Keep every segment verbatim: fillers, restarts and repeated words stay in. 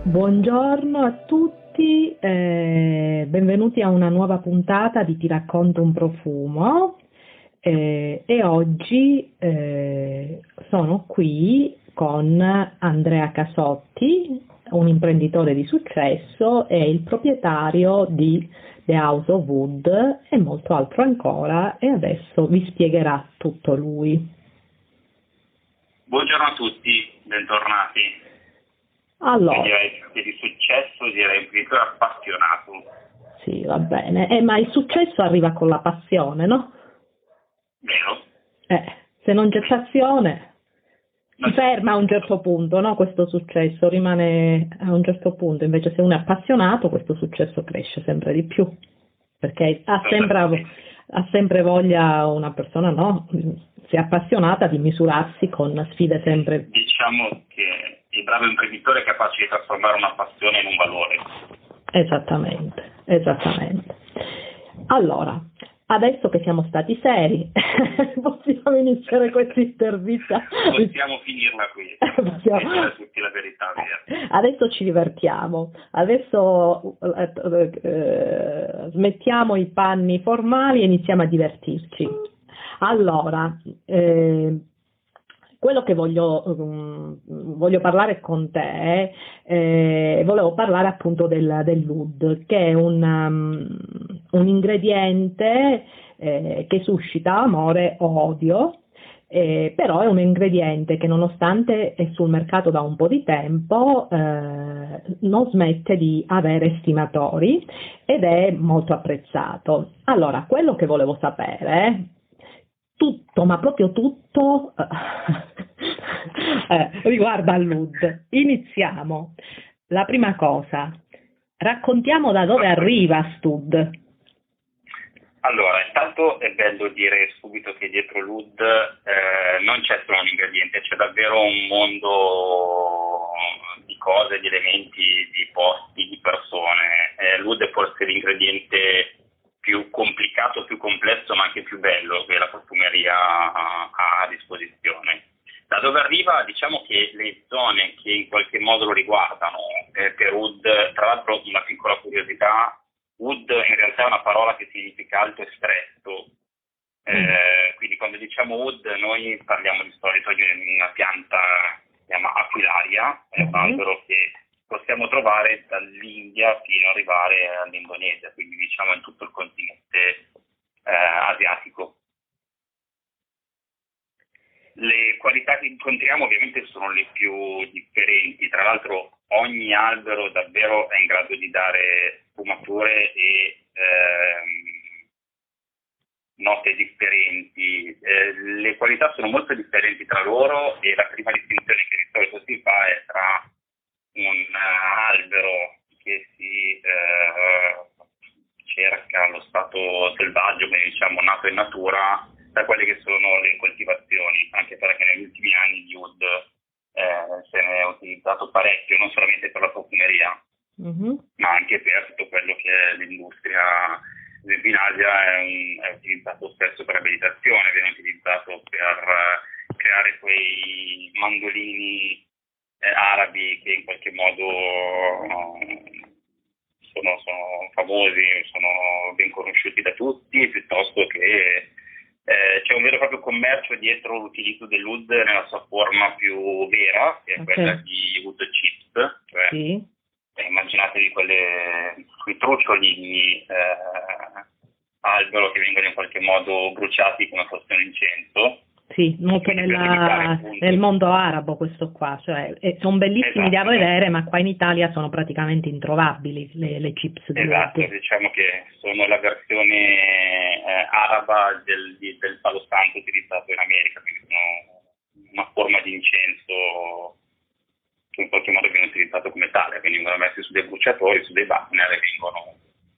Buongiorno a tutti, eh, benvenuti a una nuova puntata di Ti racconto un profumo eh, e oggi eh, sono qui con Andrea Casotti, un imprenditore di successo e il proprietario di The House of Wood e molto altro ancora, e adesso vi spiegherà tutto lui. Buongiorno a tutti, bentornati. Allora, direi che di successo direi un piccolo appassionato. sì, va bene, eh, ma il successo arriva con la passione, no? Vero? Eh, se non c'è passione si ferma a un certo punto, no? Questo successo rimane a un certo punto, invece se uno è appassionato questo successo cresce sempre di più, perché ha sempre, ha sempre voglia una persona, no? Se è appassionata, di misurarsi con sfide sempre. Diciamo che il bravo imprenditore è capace di trasformare una passione in un valore. Esattamente, esattamente. Allora, adesso che siamo stati seri, possiamo iniziare questa intervista. Possiamo finirla qui, possiamo... dire a tutti la verità vera. Adesso ci divertiamo, adesso eh, eh, smettiamo i panni formali e iniziamo a divertirci. Allora, eh, quello che voglio, um, voglio parlare con te, eh, volevo parlare appunto del, dell'oud, che è un, um, un ingrediente eh, che suscita amore o odio, eh, però è un ingrediente che nonostante è sul mercato da un po' di tempo eh, non smette di avere estimatori ed è molto apprezzato. Allora, quello che volevo sapere tutto, ma proprio tutto eh, riguarda l'oud. Iniziamo. La prima cosa, raccontiamo da dove arriva st'oud. Allora, intanto è bello dire subito che dietro l'oud eh, non c'è solo un ingrediente, c'è davvero un mondo di cose, di elementi, di posti, di persone. Eh, l'oud è forse l'ingrediente più complicato, più complesso, ma anche più bello che la profumeria ha a disposizione. Da dove arriva? Diciamo che le zone che in qualche modo lo riguardano, eh, per oud, tra l'altro una piccola curiosità, oud in realtà è una parola che significa alto e stretto, eh, quindi quando diciamo oud noi parliamo di solito di una pianta che si chiama aquilaria, è un albero che possiamo trovare dall'India fino ad arrivare all'Indonesia, quindi diciamo in tutto il continente eh, asiatico. Le qualità che incontriamo ovviamente sono le più differenti, tra l'altro ogni albero davvero è in grado di dare sfumature e ehm, note differenti. Eh, le qualità sono molto differenti tra loro e la prima distinzione che di solito si fa è tra un uh, albero che si uh, cerca allo stato selvaggio, quindi diciamo nato in natura, da quelle che sono le coltivazioni, anche perché negli ultimi anni di oud eh, se ne è utilizzato parecchio, non solamente per la profumeria, mm-hmm. ma anche per tutto quello che è l'industria. In Asia è, un, è utilizzato spesso per la meditazione, viene utilizzato per uh, creare quei mandolini Eh, arabi che in qualche modo uh, sono, sono famosi, sono ben conosciuti da tutti, piuttosto che eh, c'è un vero e proprio commercio dietro l'utilizzo dell'oud nella sua forma più vera, che è okay. quella di oud chips, cioè sì. eh, immaginatevi quelle, quei truccioli di eh, albero che vengono in qualche modo bruciati come fosse un incenso. Sì, molto nella, nel mondo arabo questo qua, cioè eh, sono bellissimi esatto. da vedere, ma qua in Italia sono praticamente introvabili le, le chips di Esatto, oud. Diciamo che sono la versione eh, araba del, di, del palo santo utilizzato in America, quindi sono una forma di incenso che in qualche modo viene utilizzato come tale, quindi vengono messi su dei bruciatori, su dei burner e vengono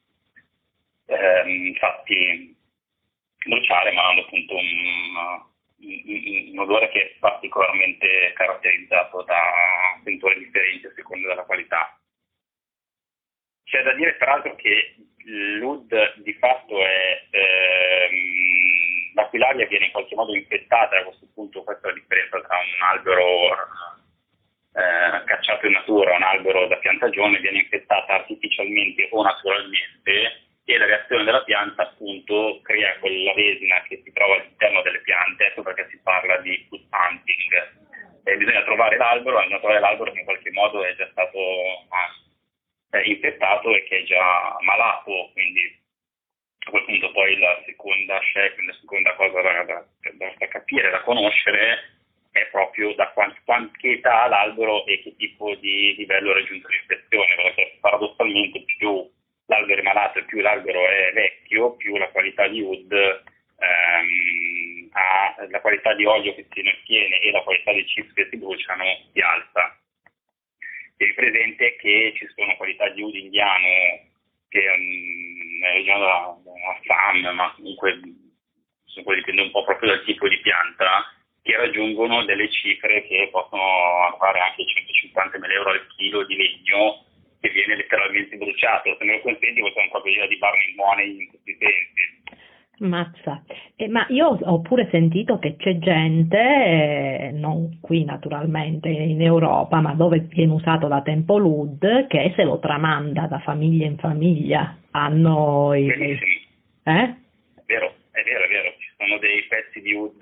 ehm, fatti bruciare, ma hanno appunto un un odore che è particolarmente caratterizzato da sentore differenti a seconda della qualità. C'è da dire peraltro che l'oud di fatto è ehm, l'aquilaria viene in qualche modo infettata, a questo punto questa è la differenza tra un albero eh, cacciato coltivato in natura, un albero da piantagione, viene infettata artificialmente o naturalmente, e la reazione della pianta appunto crea quella resina che si trova all'interno delle piante, ecco perché si parla di food hunting. E bisogna trovare l'albero, bisogna trovare l'albero che in qualche modo è già stato eh, infettato e che è già malato, quindi a quel punto poi la seconda scelta, la seconda cosa da, da, da, da capire, da conoscere è proprio da quant- che età ha l'albero e che tipo di livello ha raggiunto l'infezione, perché paradossalmente più l'albero è malato e più l'albero è vecchio, più la qualità di wood, ehm, ha, la qualità di olio che si ottiene e la qualità dei chips che si bruciano si alza. Tieni presente che ci sono qualità di wood indiano che um, nella regione della Assam, ma comunque poi dipende un po' proprio dal tipo di pianta, che raggiungono delle cifre che possono fare anche centocinquantamila euro al chilo di legno che viene letteralmente bruciato. Se me lo consenti, possiamo proprio dire di burning money in questi sensi. Mazza. Eh, ma io ho pure sentito che c'è gente, eh, non qui naturalmente in Europa, ma dove viene usato da tempo l'U D, che se lo tramanda da famiglia in famiglia. Hanno i... Benissimo. Eh? È vero, è vero, è vero. Ci sono dei pezzi di wood,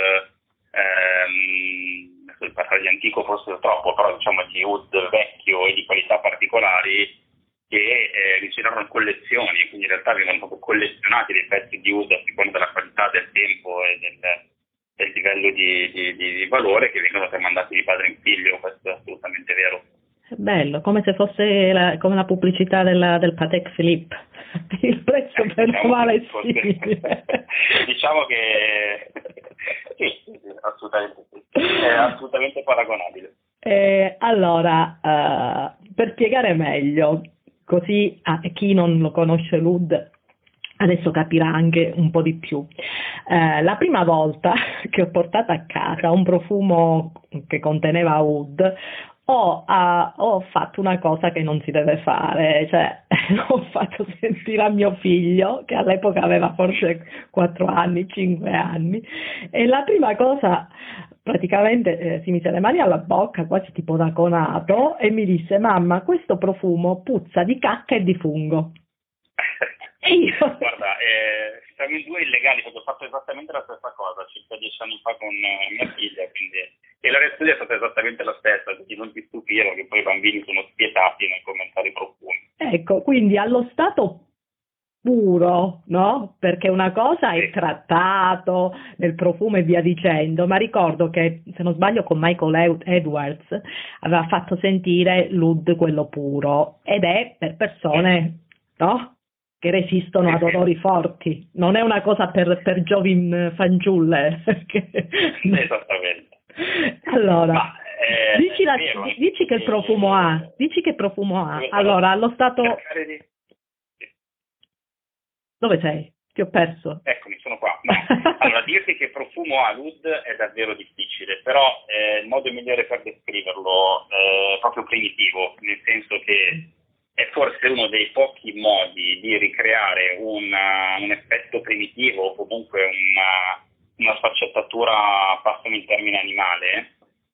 ehm, il passaggio antico forse troppo, però diciamo di wood vecchio e di qualità particolari che eh, ricevono collezioni, quindi in realtà vengono proprio collezionati dei pezzi di wood a seconda della qualità, del tempo e del, del livello di, di, di, di valore, che vengono tramandati di padre in figlio. Questo è assolutamente vero. Bello, come se fosse la, come la pubblicità della, del Patek Philippe, il prezzo eh, per diciamo male forse, simile. diciamo che sì, assolutamente sì, è assolutamente paragonabile. Eh, allora, uh, per spiegare meglio, così a chi non lo conosce l'U D adesso capirà anche un po' di più. Eh, la prima volta che ho portato a casa un profumo che conteneva U D, ho, uh, ho fatto una cosa che non si deve fare, cioè l'ho fatto sentire a mio figlio, che all'epoca aveva forse quattro anni, cinque anni, e la prima cosa praticamente eh, si mise le mani alla bocca, quasi tipo da conato, e mi disse: mamma, questo profumo puzza di cacca e di fungo. E io... Guarda, eh, siamo in due illegali, perché ho fatto esattamente la stessa cosa circa dieci anni fa con eh, mia figlia, quindi, e la reazione è stata esattamente la stessa, quindi non ti stupire che poi i bambini sono spietati nel commentare i profumi. Ecco, quindi allo stato puro, no? Perché una cosa è il trattato nel profumo e via dicendo, ma ricordo che, se non sbaglio, con Michael Edwards aveva fatto sentire l'U D quello puro, ed è per persone, no? Che resistono ad odori forti, non è una cosa per, per giovani fanciulle. Esattamente. Allora, ma, eh, dici, la, vero, dici che profumo ha, dici che profumo ha. Allora, allo stato... Di... Dove sei? Ti ho perso. Eccomi, sono qua. No. Allora, dirti che profumo ha l'U D è davvero difficile, però eh, il modo migliore per descriverlo è proprio primitivo, nel senso che è forse uno dei pochi modi di ricreare una, un effetto primitivo o comunque una, una sfaccettatura, passami in termine animale.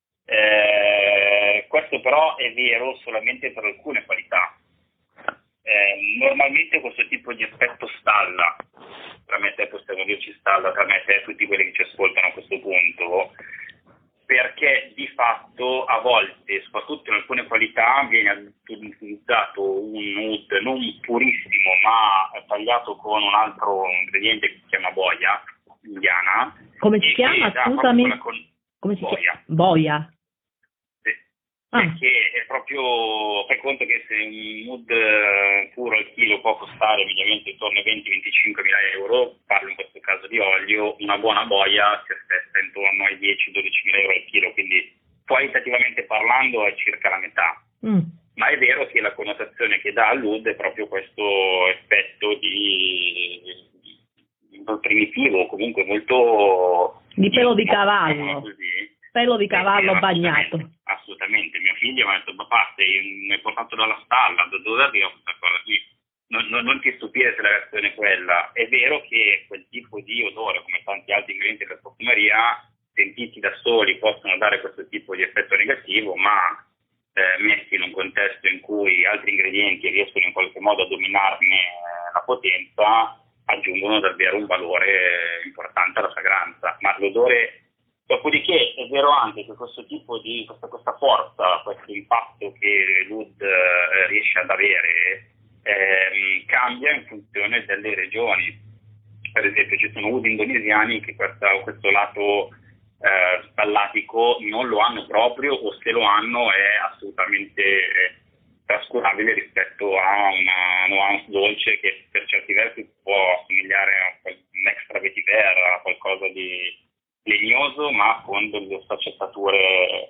Eh, questo però è vero solamente per alcune qualità. Eh, normalmente questo tipo di effetto stalla, tra me e te possiamo dirci stalla, tra me e te tutti quelli che ci ascoltano a questo punto, perché di fatto a volte, soprattutto in alcune qualità, viene utilizzato un U D non purissimo ma tagliato con un altro ingrediente che si chiama boia indiana. Come si chiama? Scusami. Con... Come si boia. chiama? Boia. Sì. Ah. Perché è proprio, fai conto che se un U D puro al chilo può costare mediamente intorno ai venti venticinque mila euro, parlo in questo caso di olio, una buona boia si attesta intorno ai dieci dodici mila euro al chilo, quindi qualitativamente parlando è circa la metà. Mm. Ma è vero che la connotazione che dà all'U D è proprio questo effetto di, di, di primitivo, comunque molto... Di pelo di cavallo. Così. Pelo di cavallo eh, bagnato. Assolutamente, assolutamente. Mio figlio mi ha detto: papà, sei, mi hai portato dalla stalla, da dove arriva questa cosa qui? Non, non, non ti stupire se la reazione è quella. È vero che quel tipo di odore, come tanti altri ingredienti della profumeria, sentiti da soli possono dare questo tipo di effetto negativo, ma eh, messi in un contesto in cui altri ingredienti riescono in qualche modo a dominarne eh, la potenza, aggiungono davvero un valore importante alla fragranza. Ma l'odore, dopodiché è vero anche che questo tipo di, questa, questa forza, questo impatto che l'oud eh, riesce ad avere, ehm, cambia in funzione delle regioni. Per esempio ci sono oud indonesiani che questa, questo lato eh, spallatico non lo hanno proprio, o se lo hanno è assolutamente eh, trascurabile rispetto a una nuance dolce che per certi versi può assomigliare a un extra vetiver, a qualcosa di legnoso, ma con delle sfaccettature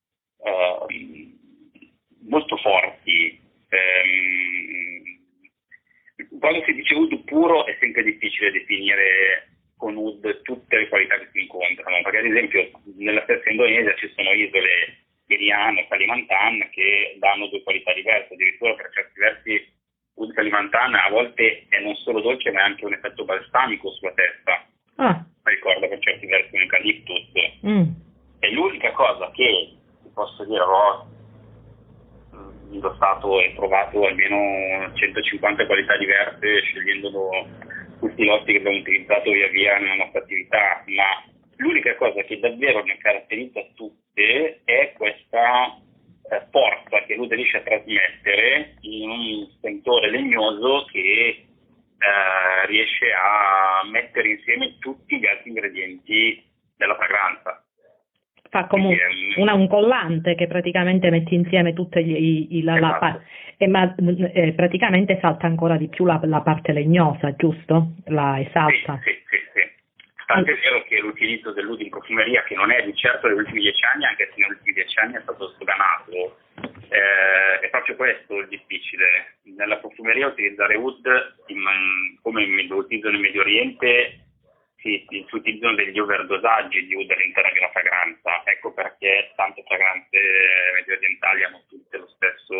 eh, molto forti. Ehm, quando si dice oud puro è sempre difficile definire con oud tutte le qualità che si incontrano, perché ad esempio nella stessa Indonesia ci sono isole Irian e Kalimantan che danno due qualità diverse, addirittura per certi versi oud Kalimantan a volte è non solo dolce ma è anche un effetto balsamico sulla testa. Ah. Ricorda per certi versi un eucaliptus. Mm. E l'unica cosa che ti posso dire, ho indossato e provato almeno centocinquanta qualità diverse scegliendo tutti i lotti che abbiamo utilizzato via via nella nostra attività, ma l'unica cosa che davvero ne caratterizza tutte è questa eh, forza che lui riesce a trasmettere in un sentore legnoso che eh, riesce a mettere insieme tutti gli altri ingredienti della fragranza. Fa come un, una, un collante che praticamente mette insieme tutte gli, i, i, la, esatto. la, e ma eh, praticamente salta ancora di più la, la parte legnosa, giusto? La esalta. Sì, sì, sì, sì. Tanto è vero che l'utilizzo dell'oud in profumeria, che non è di certo negli ultimi dieci anni, anche se negli ultimi dieci anni è stato sdoganato, eh, è proprio questo il difficile. Nella profumeria utilizzare oud, in, come lo utilizzano in Medio Oriente, si, si utilizzano degli overdosaggi di oud all'interno di una fragranza. Ecco perché tante fragranze medio orientali hanno tutte lo stesso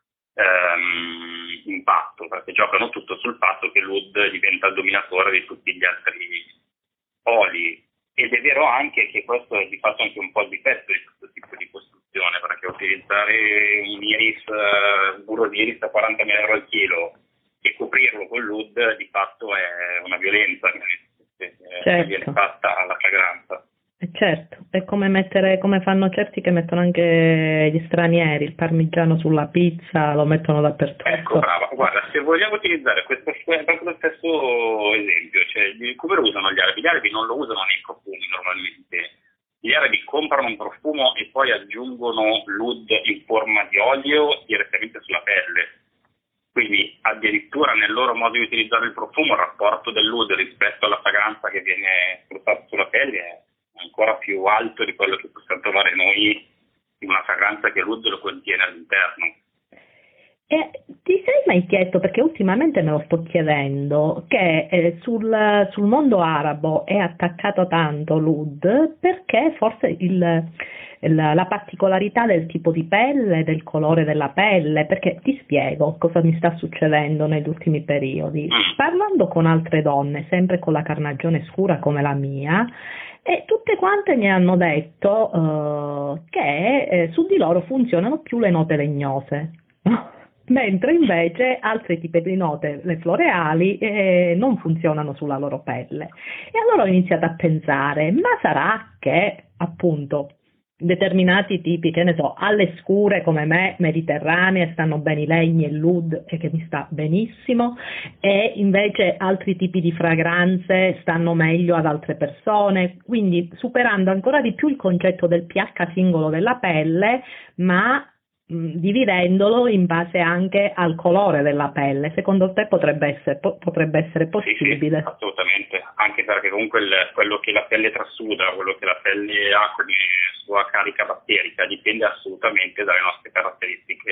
ehm, impatto, perché giocano tutto sul fatto che l'oud diventa il dominatore di tutti gli altri oli. Ed è vero anche che questo è di fatto anche un po' il difetto di questo tipo di costruzione, perché utilizzare un iris, un burro di iris a quarantamila euro al chilo e coprirlo con l'oud di fatto è una violenza che certo. viene fatta alla fragranza. Certo, è come mettere, come fanno certi che mettono anche gli stranieri, il parmigiano sulla pizza, lo mettono dappertutto. Ecco, brava, guarda, se vogliamo utilizzare questo, proprio lo stesso esempio, cioè come lo usano gli arabi? Gli arabi non lo usano nei profumi normalmente, gli arabi comprano un profumo e poi aggiungono l'oud in forma di olio direttamente sulla pelle. Quindi addirittura nel loro modo di utilizzare il profumo il rapporto dell'oud rispetto alla fragranza che viene spruzzata sulla pelle è ancora più alto di quello che possiamo trovare noi in una fragranza che l'oud lo contiene all'interno. E ti sei mai chiesto, perché ultimamente me lo sto chiedendo, che eh, sul, sul mondo arabo è attaccato tanto l'oud perché forse il, il, la particolarità del tipo di pelle, del colore della pelle, perché ti spiego cosa mi sta succedendo negli ultimi periodi. Parlando con altre donne, sempre con la carnagione scura come la mia, e tutte quante mi hanno detto uh, che eh, su di loro funzionano più le note legnose, mentre invece altri tipi di note, le floreali, eh, non funzionano sulla loro pelle. E allora ho iniziato a pensare, ma sarà che appunto determinati tipi, che ne so, alle scure come me, mediterranee, stanno bene i legni e l'oud e che mi sta benissimo, e invece altri tipi di fragranze stanno meglio ad altre persone, quindi superando ancora di più il concetto del pH singolo della pelle, ma mh, dividendolo in base anche al colore della pelle. Secondo te potrebbe essere, po- potrebbe essere possibile? Sì, sì, assolutamente, anche perché comunque il, quello che la pelle trasuda, quello che la pelle ha come sua carica batterica dipende assolutamente dalle nostre caratteristiche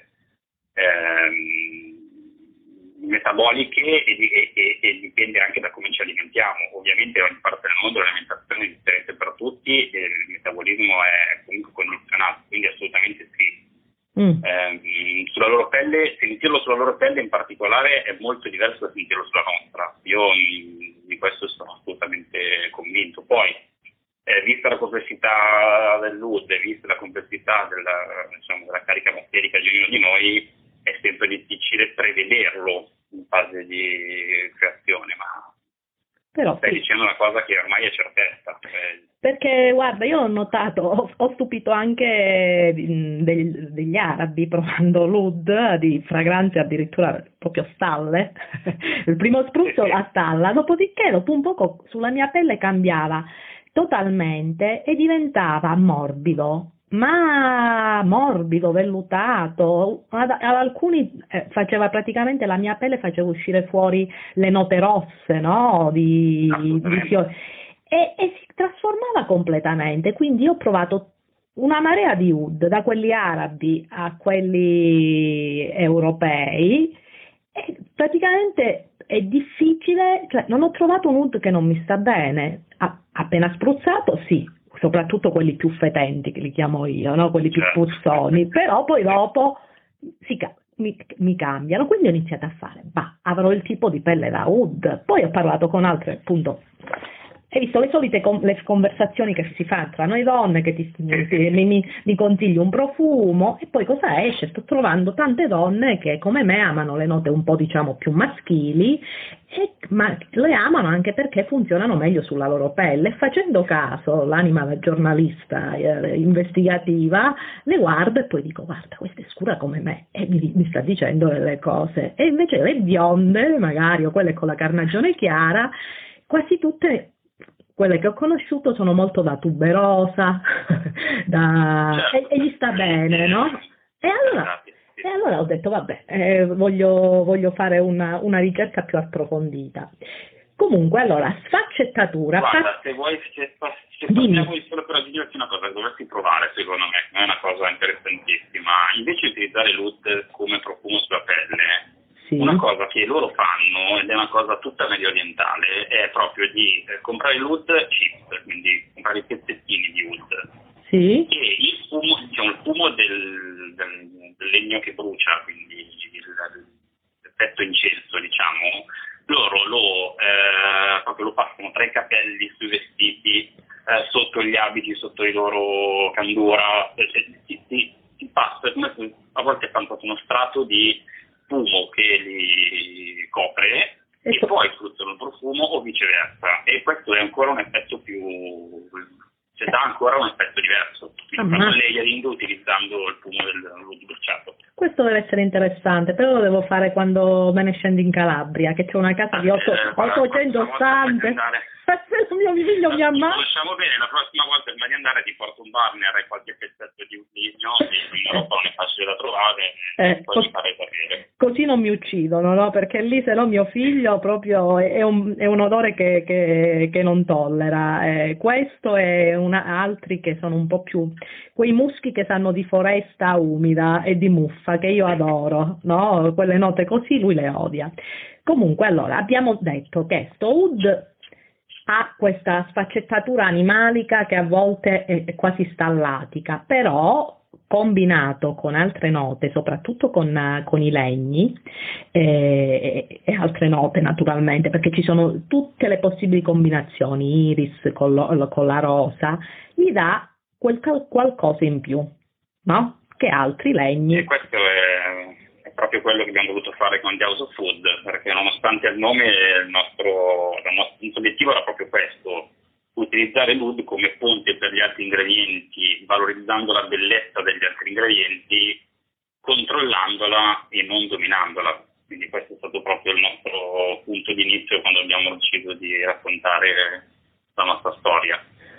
ehm, metaboliche e, e, e, e dipende anche da come ci alimentiamo. Ovviamente ogni parte del mondo l'alimentazione è differente per tutti e il metabolismo è comunque condizionato, quindi assolutamente sì. Mm. Eh, sulla loro pelle, sentirlo sulla loro pelle in particolare è molto diverso da sentirlo sulla nostra. Io di questo sono assolutamente convinto. Poi eh, vista la complessità dell'U D, vista la complessità della, diciamo, della carica batterica di ognuno di noi, è sempre difficile prevederlo in fase di creazione, ma Però stai sì. dicendo una cosa che ormai è certezza. Cioè... Perché guarda, io ho notato, ho, ho stupito anche degli, degli arabi provando l'O D di fragranze addirittura proprio stalle. Il primo spruzzo la stalla, dopodiché dopo un poco sulla mia pelle cambiava totalmente e diventava morbido, ma morbido, vellutato. Ad, ad alcuni eh, faceva praticamente la mia pelle faceva uscire fuori le note rosse, no? Di, di fiori. E, e si trasformava completamente, quindi io ho provato una marea di oud, da quelli arabi a quelli europei, e praticamente è difficile, cioè non ho trovato un oud che non mi sta bene, a, appena spruzzato sì, soprattutto quelli più fetenti che li chiamo io, no? Quelli più puzzoni, però poi dopo si cambia. Mi, mi cambiano, quindi ho iniziato a fare, bah, avrò il tipo di pelle da oud, poi ho parlato con altre, appunto. Hai visto le solite con, le conversazioni che si fa tra noi donne, che ti, ti, mi, mi consigli un profumo e poi cosa esce? Sto trovando tante donne che come me amano le note un po' diciamo più maschili, e, ma le amano anche perché funzionano meglio sulla loro pelle. E facendo caso, l'anima da giornalista eh, investigativa, le guardo e poi dico guarda, questa è scura come me e mi, mi sta dicendo delle cose. E invece le bionde, magari, o quelle con la carnagione chiara, quasi tutte... Quelle che ho conosciuto sono molto da tuberosa, da... certo. e, e gli sta bene, no? E allora, e allora ho detto, vabbè, eh, voglio, voglio fare una, una ricerca più approfondita. Comunque, allora, sfaccettatura... Guarda, se vuoi, se, se parliamo di solo per dirti una cosa, dovresti provare, secondo me, è una cosa interessantissima. Invece di utilizzare l'O D come profumo sulla pelle... Sì. Una cosa che loro fanno, ed è una cosa tutta medio orientale, è proprio di eh, comprare l'O D chips, quindi comprare i pezzettini di O D. Sì. E il fumo, diciamo, il fumo del, del, del legno che brucia, quindi il, il pezzo incenso, diciamo, loro lo, eh, proprio lo passano tra i capelli, sui vestiti, eh, sotto gli abiti, sotto i loro candura, si, si, si passa, come se a volte fanno proprio uno strato di fumo che li copre e, e poi spruzzano il profumo o viceversa, e questo è ancora un effetto più, cioè dà ancora un effetto diverso, quindi fanno layering utilizzando il fumo del bruciato. Questo deve essere interessante, però lo devo fare quando me ne scendo in Calabria, che c'è una casa di ottocento stanze. Se mio figlio mi ammazza. Conosciamo bene, la prossima volta prima di andare ti porto un partner e qualche pezzetto di legno, in Europa non è facile da trovare, eh, e poi cos- mi farei sapere. Così non mi uccidono, no? Perché lì se no mio figlio proprio è un, è un odore che, che, che non tollera. Eh, questo e una, altri che sono un po' più quei muschi che sanno di foresta umida e di muffa, che io adoro, no? Quelle note così lui le odia. Comunque, allora, abbiamo detto che sto oud ha questa sfaccettatura animalica che a volte è quasi stallatica, però combinato con altre note, soprattutto con, con i legni eh, e altre note naturalmente, perché ci sono tutte le possibili combinazioni, iris con, lo, con la rosa, gli dà quel qualcosa in più, no? Che altri legni. E questo è, è proprio quello che abbiamo voluto fare con The House of Food, perché nonostante il nome, il nostro, il nostro obiettivo era proprio questo: utilizzare l'O D come ponte per gli altri ingredienti, valorizzando la bellezza degli altri ingredienti, controllandola e non dominandola. Quindi questo è stato proprio il nostro punto di inizio quando abbiamo deciso di raccontare la nostra storia.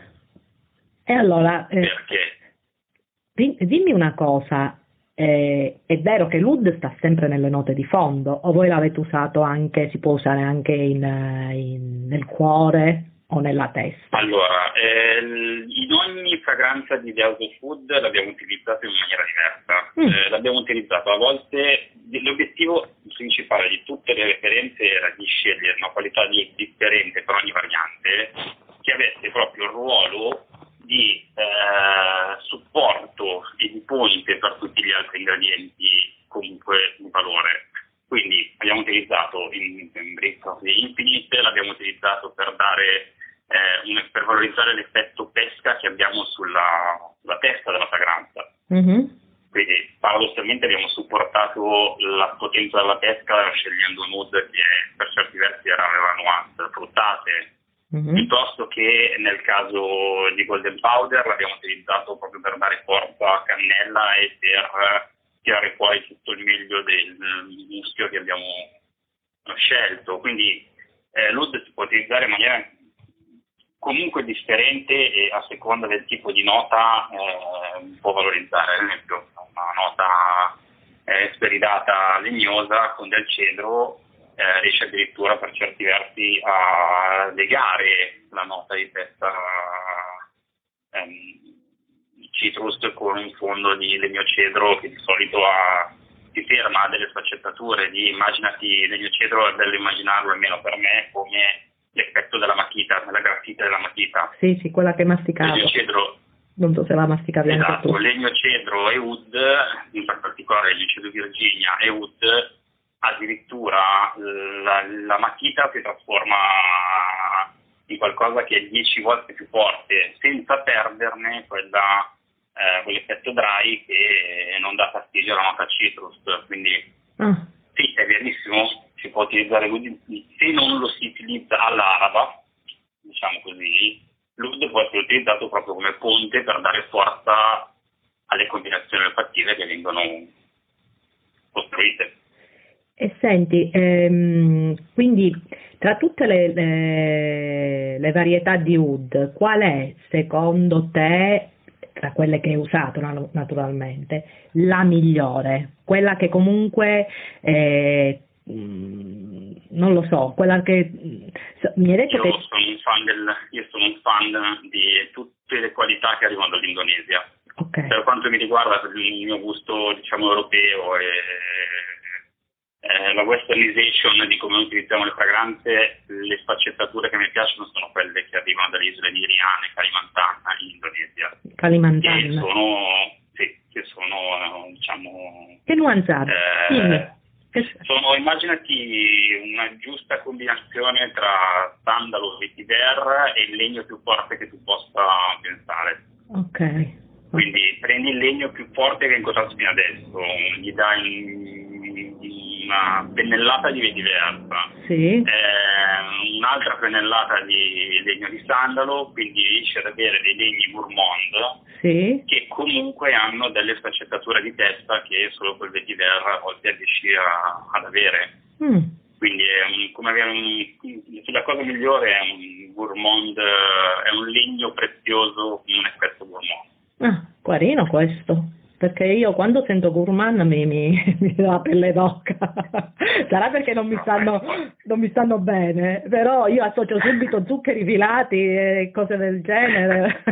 E allora, eh, perché? Dimmi una cosa, eh, è vero che l'O D sta sempre nelle note di fondo, o voi l'avete usato anche, si può usare anche in, in, nel cuore o nella testa? Allora, eh, in ogni fragranza di The House of Food l'abbiamo utilizzato in maniera diversa. Mm. Eh, l'abbiamo utilizzato a volte, l'obiettivo principale di tutte le referenze era di scegliere una qualità di, differente per ogni variante, che avesse proprio il ruolo di eh, supporto e di ponte per tutti gli altri ingredienti comunque di valore. Quindi abbiamo utilizzato in, in Breath of the Infinite, l'abbiamo utilizzato per dare eh, un, per valorizzare l'effetto pesca che abbiamo sulla, sulla testa della fragranza. Mm-hmm. Quindi paradossalmente abbiamo supportato la potenza della pesca scegliendo un oud che per certi versi era, aveva nuance fruttate, mm-hmm. piuttosto che nel caso di Golden Powder l'abbiamo utilizzato proprio per dare forza a cannella e per tirare fuori tutto il meglio del muschio che abbiamo scelto. Quindi eh, l'oud si può utilizzare in maniera comunque differente e a seconda del tipo di nota eh, può valorizzare. Ad esempio una nota eh, speridata legnosa con del cedro eh, riesce addirittura per certi versi a legare la nota di testa ehm, citrus con un fondo di legno cedro che di solito ha, si ferma a delle sfaccettature di, immaginati, legno cedro è bello immaginarlo, almeno per me, come l'effetto della matita, la grafite della matita. Sì, sì, quella che masticavo. Legno cedro, non so se la masticavi anche esatto, tu. legno cedro e oud, in particolare legno cedro Virginia e oud, addirittura la, la matita si trasforma in qualcosa che è dieci volte più forte, senza perderne quella, eh, quell'effetto dry che non dà fastidio alla nota citrus. Quindi ah. sì, è verissimo, si può utilizzare l'oud, se non lo si utilizza all'araba, diciamo così, l'oud può essere utilizzato proprio come ponte per dare forza alle combinazioni olfattive che vengono costruite. E senti, ehm, quindi tra tutte le, le, le varietà di oud, qual è secondo te, tra quelle che hai usato naturalmente, la migliore? Quella che comunque, eh, non lo so, quella che mi hai detto io che... Sono un fan del, io sono un fan di tutte le qualità che arrivano dall'Indonesia. Okay. Per quanto mi riguarda, per il mio gusto, diciamo, europeo e eh, la westernization di come utilizziamo le fragranze, le sfaccettature che mi piacciono sono quelle che arrivano dalle isole Miriane, Kalimantan in Indonesia. Kalimantan. Che sono, sì, che sono, diciamo... Che nuanzate? Eh, sono, immaginati una giusta combinazione tra sandalo, vetiver e il legno più forte che tu possa pensare. Ok. Quindi prendi il legno più forte che hai incontrato fino adesso, gli dai una pennellata di vetiver, sì. eh, un'altra pennellata di legno di sandalo, quindi riesci ad avere dei legni gourmand, sì, che comunque hanno delle sfaccettature di testa che solo col vetiver a volte riesci a, ad avere. Mm. Quindi è un, come avere un, la cosa migliore è un gourmand, è un legno prezioso con un effetto gourmand. Ah, carino questo, perché io quando sento gourmand mi, mi, mi dà la pelle d'oca. Sarà perché non mi stanno non mi stanno bene, però io associo subito zuccheri filati e cose del genere.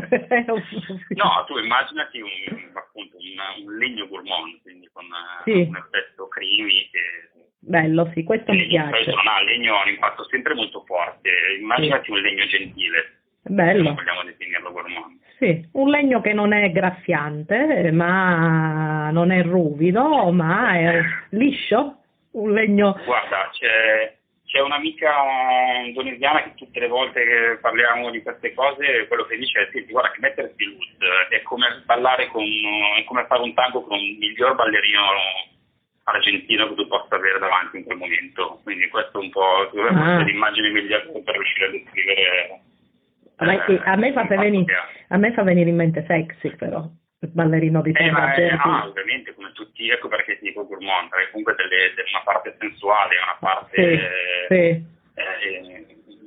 No, tu immaginati un, appunto un, un legno gourmand, quindi con sì, un effetto creamy che... Bello, sì, questo mi piace. Non ha, il legno ha un impatto sempre molto forte, immaginati sì, un legno gentile. Bello. Non vogliamo definirlo gourmand. Sì, un legno che non è graffiante, ma non è ruvido, ma è liscio, un legno... Guarda, c'è, c'è un'amica indonesiana che tutte le volte che parliamo di queste cose, quello che dice è sì, guarda che mettersi l'oud è come ballare con, è come fare un tango con il miglior ballerino argentino che tu possa avere davanti in quel momento. Quindi questo è un po' ah. l'immagine migliore per riuscire a descrivere... A me, eh, a, me fa venire, a me fa venire in mente Sexy, però, il ballerino di eh, ma, eh, ah, ovviamente, come tutti, ecco perché ti dico gourmand, perché comunque delle, delle, una parte sensuale, una parte sì, eh, sì. Eh,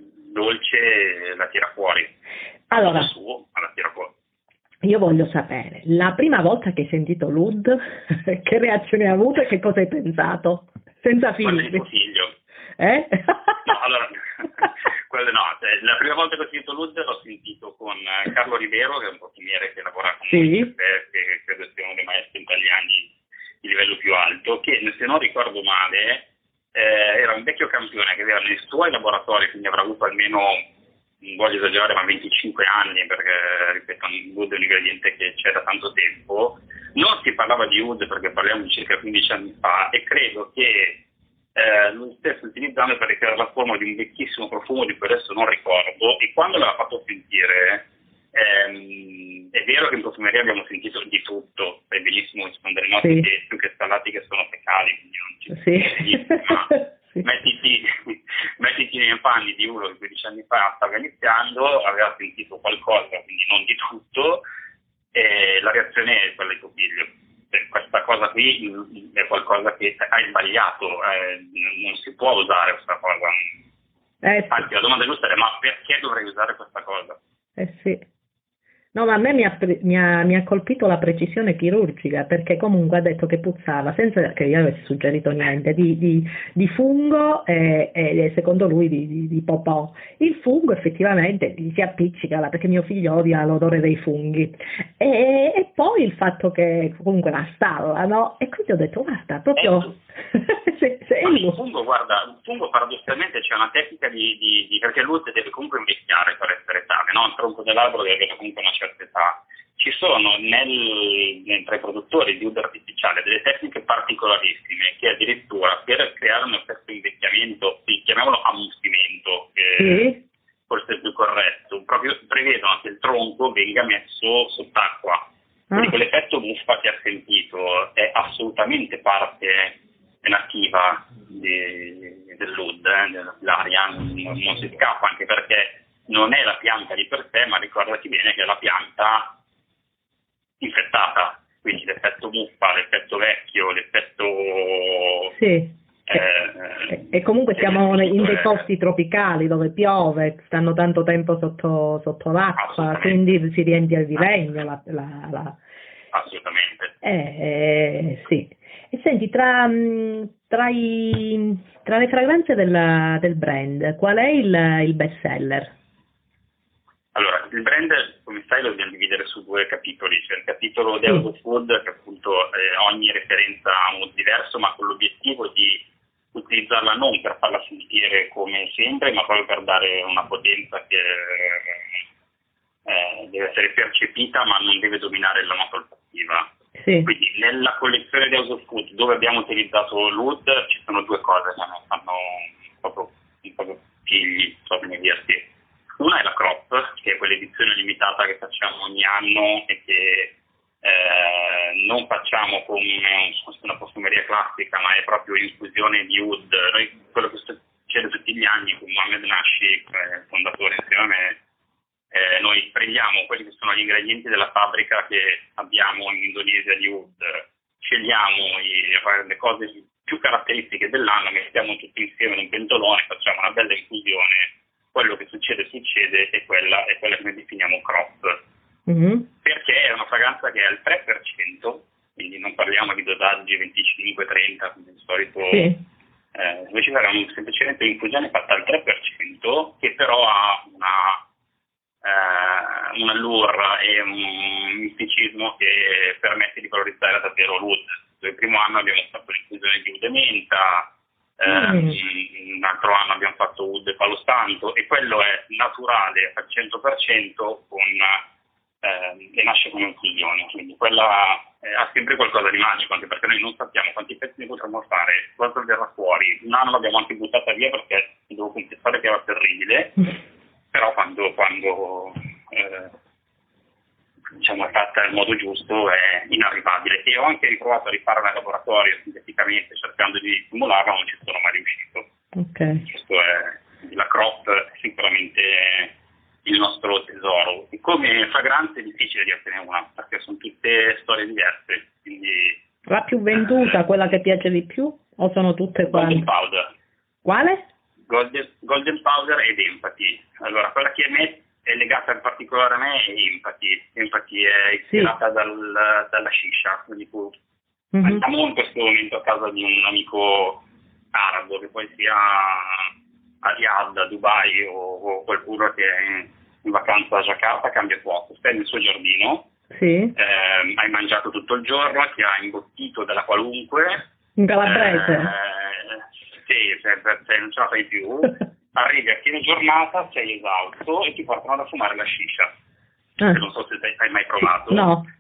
dolce la tira fuori. Allora, il suo, la tira fuori. Io voglio sapere, la prima volta che hai sentito l'oud, che reazione hai avuto e che cosa hai pensato? Senza figli. Guarda, tuo figlio. Eh? No, allora... Quello no, cioè, la prima volta che ho sentito l'oud l'ho sentito con Carlo Rivero, che è un profumiere che lavora con sì, noi, che credo sia uno dei maestri italiani di livello più alto, che se non ricordo male eh, era un vecchio campione che aveva nei suoi laboratori, quindi avrà avuto almeno, non voglio esagerare, ma venticinque anni, perché ripeto, l'oud è un ingrediente che c'è da tanto tempo. Non si parlava di oud perché parliamo di circa quindici anni fa, e credo che eh, lui stesso utilizzando per ricreare la forma di un vecchissimo profumo di cui adesso non ricordo, e quando l'ha fatto sentire, ehm, è vero che in profumeria abbiamo sentito di tutto, sai benissimo ci sono delle note Sì. che più che stallati che sono fecali, quindi non ci Sì. ma Sì. mettiti, mettiti nei panni di uno che quindici anni fa stava iniziando, aveva sentito qualcosa, quindi non di tutto, e la reazione è quella di tuo figlio. Questa cosa qui è qualcosa che hai sbagliato, eh, non si può usare questa cosa. Eh sì. Anzi, la domanda giusta è: ma perché dovrei usare questa cosa? Eh sì. No, ma a me mi ha, pre- mi ha- mi ha colpito la precisione chirurgica, perché comunque ha detto che puzzava, senza che io avessi suggerito niente, di, di- di fungo e, e secondo lui di, di, di popò. Il fungo effettivamente gli si appiccica, là, perché mio figlio odia l'odore dei funghi. E, e poi il fatto che comunque la stalla, no? E quindi ho detto, guarda, proprio... se, se Ma è il lui. fungo, guarda, il fungo paradossalmente c'è una tecnica di, di, di perché l'uovo deve comunque invecchiare per essere tale, no? Il tronco dell'albero deve avere comunque una certa età. Ci sono nel, nel, tra i produttori di udo artificiale delle tecniche particolarissime che addirittura per creare un effetto invecchiamento, chiamiamolo ammustimento, che Sì. forse è più corretto, proprio prevedono che il tronco venga messo sott'acqua. Quindi Ah. quell'effetto muffa che ha sentito è assolutamente parte nativa di, dell'U D, eh, dell'aria, non, non si scappa, anche perché non è la pianta di per sé, ma ricordati bene che è la pianta infettata, quindi l'effetto muffa, l'effetto vecchio, l'effetto... Sì. Eh, e, e comunque siamo in dei è, posti tropicali dove piove, stanno tanto tempo sotto, sotto l'acqua, quindi si riempie di legno. La, la, la... Assolutamente. Eh, eh, sì. E senti, tra, tra, i, tra le fragranze del, del brand, qual è il, il best seller? Allora, il brand, come sai, lo dobbiamo dividere su due capitoli. C'è il capitolo di Sì. House of Food, che appunto eh, ogni referenza ha uno diverso, ma con l'obiettivo di utilizzarla non per farla sentire come sempre, ma proprio per dare una potenza che eh, deve essere percepita, ma non deve dominare la nota olfattiva. Sì. Quindi nella collezione di House of Food, dove abbiamo utilizzato l'O D, ci sono due cose che a me fanno proprio, proprio figli, so come dirti. Una è la Crop, che è quell'edizione limitata che facciamo ogni anno e che eh, non facciamo come una profumeria classica, ma è proprio infusione di oud. Noi, quello che succede tutti gli anni con Mohamed Nashi, eh, fondatore insieme a me, eh, noi prendiamo quelli che sono gli ingredienti della fabbrica che abbiamo in Indonesia di oud, scegliamo i, le cose più caratteristiche dell'anno, mettiamo tutti insieme in un pentolone, facciamo una bella infusione. Quello che succede succede e quella è quella che noi definiamo crop, mm-hmm. Perché è una fragranza che è al tre per cento, quindi non parliamo di dosaggi venticinque trenta come il solito, sì. eh, invece sarà un, semplicemente un'infusione fatta al tre per cento che però ha una, eh, un allure e un misticismo che permette di valorizzare davvero l'oud. Il primo anno abbiamo fatto l'infusione di oud e menta, Mm. Eh, un altro anno abbiamo fatto oud e palo santo, e quello è naturale al cento per cento con, eh, e nasce come un figlione, quindi quella eh, ha sempre qualcosa di magico, anche perché noi non sappiamo quanti pezzi ne potremmo fare, cosa verrà fuori. Un anno l'abbiamo anche buttata via perché devo confessare che era terribile, però quando, quando eh, diciamo è fatta nel modo giusto è inarrivabile, e ho anche riprovato a rifarla nel laboratorio sinteticamente cercando di simularla, ma non ci sono mai riuscito. Okay. Questo è la crop, è sicuramente il nostro tesoro. E come fragranza è difficile dirtene una perché sono tutte storie diverse, quindi la più venduta, eh, quella che piace di più, o sono tutte Golden quali? Powder. Quale? Golden, Golden Powder ed Empathy. Allora, quella che a me è legata in particolare a me è Empathy. Empathy è ispirata sì. dal, dalla shisha, quindi tu mm-hmm. andiamo in questo momento a casa di un amico arabo, che poi sia a Riyadh, a Dubai o, o qualcuno che è in vacanza a Jakarta, cambia poco. Stai nel suo giardino, sì. eh, hai mangiato tutto il giorno, ti ha imbottito della qualunque. In calabrese? Eh, sì, cioè, cioè, non ce la fai più. Arrivi a fine giornata, sei esausto e ti portano a fumare la shisha. Ah. Non so se hai mai provato. No.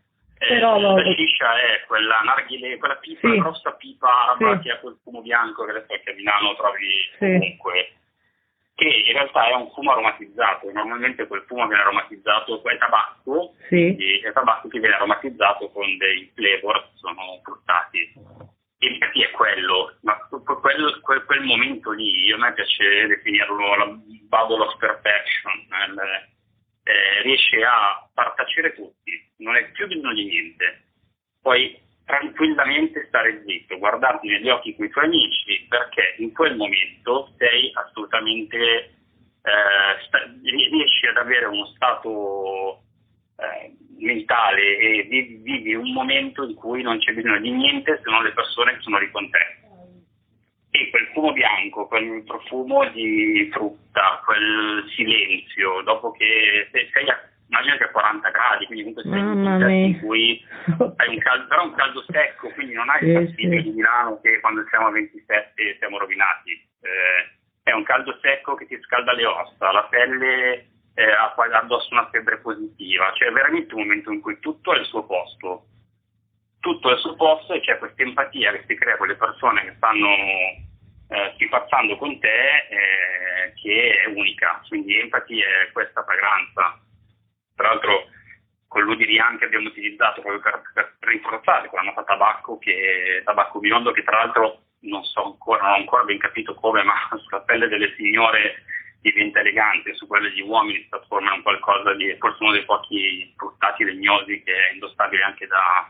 Però Eh, lo... la shisha è quella narghile, quella pipa, Sì. grossa pipa araba Sì. che ha quel fumo bianco che adesso anche a Milano trovi Sì. ovunque, che in realtà è un fumo aromatizzato. Normalmente quel fumo viene aromatizzato, è tabacco, Sì. quindi è tabacco che viene aromatizzato con dei flavor che sono fruttati. Il P è quello, ma quel, quel, quel momento lì, a me piace definirlo la bubble of perfection, il, eh, riesce a far tacere tutti, non hai più bisogno di niente, puoi tranquillamente stare zitto, guardarti negli occhi con i tuoi amici, perché in quel momento sei assolutamente, eh, sta, riesci ad avere uno stato eh, mentale e vivi, vivi un momento in cui non c'è bisogno di niente se non le persone che sono lì con te. E quel fumo bianco, quel profumo di frutta, quel silenzio, dopo che sei, sei a, immaginati a quaranta gradi, quindi comunque sei in un contesto in cui hai un caldo, però un caldo secco, quindi non hai il Sì, fastidio sì. di Milano che quando siamo a ventisette siamo rovinati. Eh, è un caldo secco che ti scalda le ossa, la pelle eh, ha addosso una febbre positiva, cioè è veramente un momento in cui tutto è al suo posto. Tutto è al suo posto e c'è questa empatia che si crea con le persone che stanno eh, schifazzando con te eh, che è unica, quindi empatia è questa fragranza. Tra l'altro con l'Udirian che abbiamo utilizzato proprio per, per, per rinforzare quella nota tabacco, che tabacco biondo, che tra l'altro non so ancora, non ho ancora ben capito come, ma sulla pelle delle signore diventa elegante, su quelle degli uomini si trasforma in qualcosa di, forse uno dei pochi fruttati legnosi che è indossabile anche da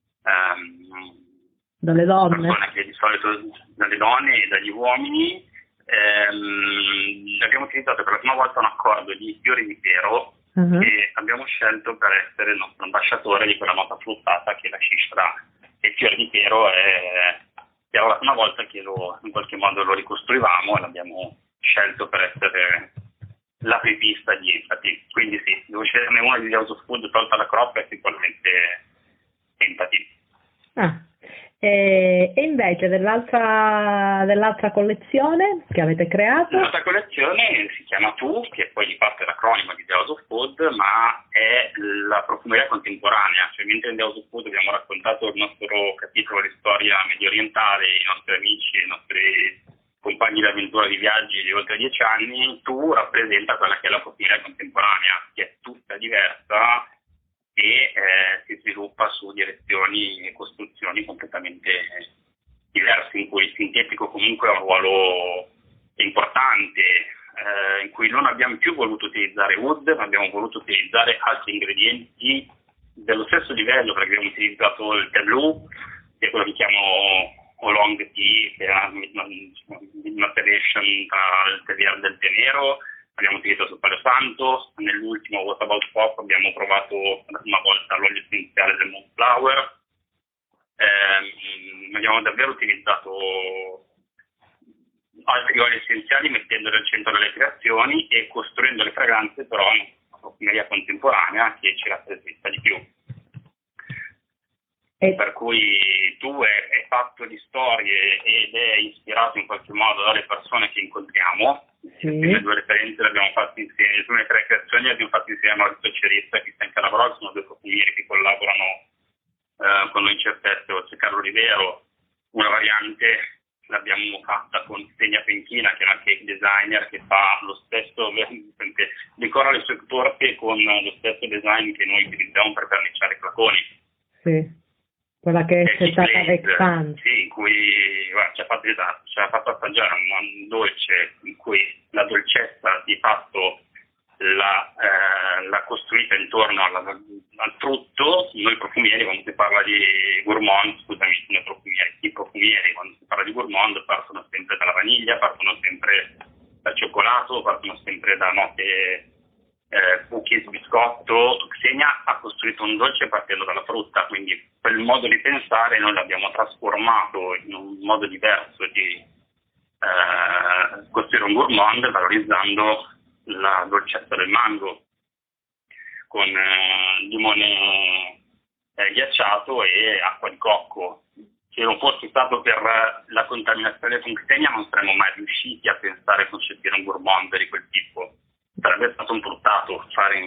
Um, dalle donne, persone che di solito dalle donne e dagli uomini. Um, abbiamo utilizzato per la prima volta un accordo di fiori di pero uh-huh. che abbiamo scelto per essere il nostro ambasciatore di quella nota fruttata che è la shisha. E il fiore di pero è, è la prima volta che lo, in qualche modo lo ricostruivamo e l'abbiamo scelto per essere l'apripista di Empathy. Quindi sì, devo sceglierne uno di House of Food tolta la croppa, è sicuramente Empathy. Ah, e, e invece dell'altra, dell'altra collezione che avete creato? L'altra collezione si chiama Tu, che poi di parte è l'acronimo di The House of Food, ma è la profumeria contemporanea, cioè mentre in The House of Food abbiamo raccontato il nostro capitolo di storia medio orientale, i nostri amici, i nostri compagni d'avventura di viaggi di oltre dieci anni, Tu rappresenta quella che è la profumeria contemporanea, che è tutta diversa e eh, si sviluppa su direzioni e costruzioni completamente diverse, in cui il sintetico comunque ha un ruolo importante, eh, in cui non abbiamo più voluto utilizzare wood, ma abbiamo voluto utilizzare altri ingredienti dello stesso livello, perché abbiamo utilizzato il tableau, che è quello che chiamo oolong tea, che è una maceración tra il tè verde e il tè nero. Abbiamo utilizzato il Palo Santo, nell'ultimo What About Pop abbiamo provato la prima volta l'olio essenziale del Moonflower. Eh, abbiamo davvero utilizzato altri oli essenziali mettendoli al centro delle creazioni e costruendo le fragranze però in una profumeria contemporanea che ci rappresenta di più. E per cui Tu è, è fatto di storie ed è ispirato in qualche modo dalle persone che incontriamo. Sì. Le due referenze le abbiamo fatte insieme, le prime tre creazioni le abbiamo fatte insieme a Maurizio Ceretta e Cristian Calabrò, sono due profumieri che collaborano eh, con noi in Certezze. C'è Carlo Rivero, una variante l'abbiamo fatta con Stenia Penchina, che è una cake designer che fa lo stesso, decora le sue torte con lo stesso design che noi utilizziamo per verniciare i flaconi. Sì. Quella che è stata Expanse. Sì, in cui guarda, ci ha fatto, esatto, ci ha fatto assaggiare un dolce in cui la dolcezza di fatto l'ha, eh, l'ha costruita intorno alla, al frutto. Noi profumieri, quando si parla di gourmand, scusami, noi profumieri, i profumieri quando si parla di gourmand partono sempre dalla vaniglia, partono sempre dal cioccolato, partono sempre da note Eh, cookies, biscotto. Xenia ha costruito un dolce partendo dalla frutta, quindi quel modo di pensare noi l'abbiamo trasformato in un modo diverso di eh, costruire un gourmand, valorizzando la dolcezza del mango con eh, limone eh, ghiacciato e acqua di cocco. Se non fosse stato per la contaminazione con Xenia non saremmo mai riusciti a pensare e concepire un gourmand di quel tipo. Sarebbe stato un fruttato fare in,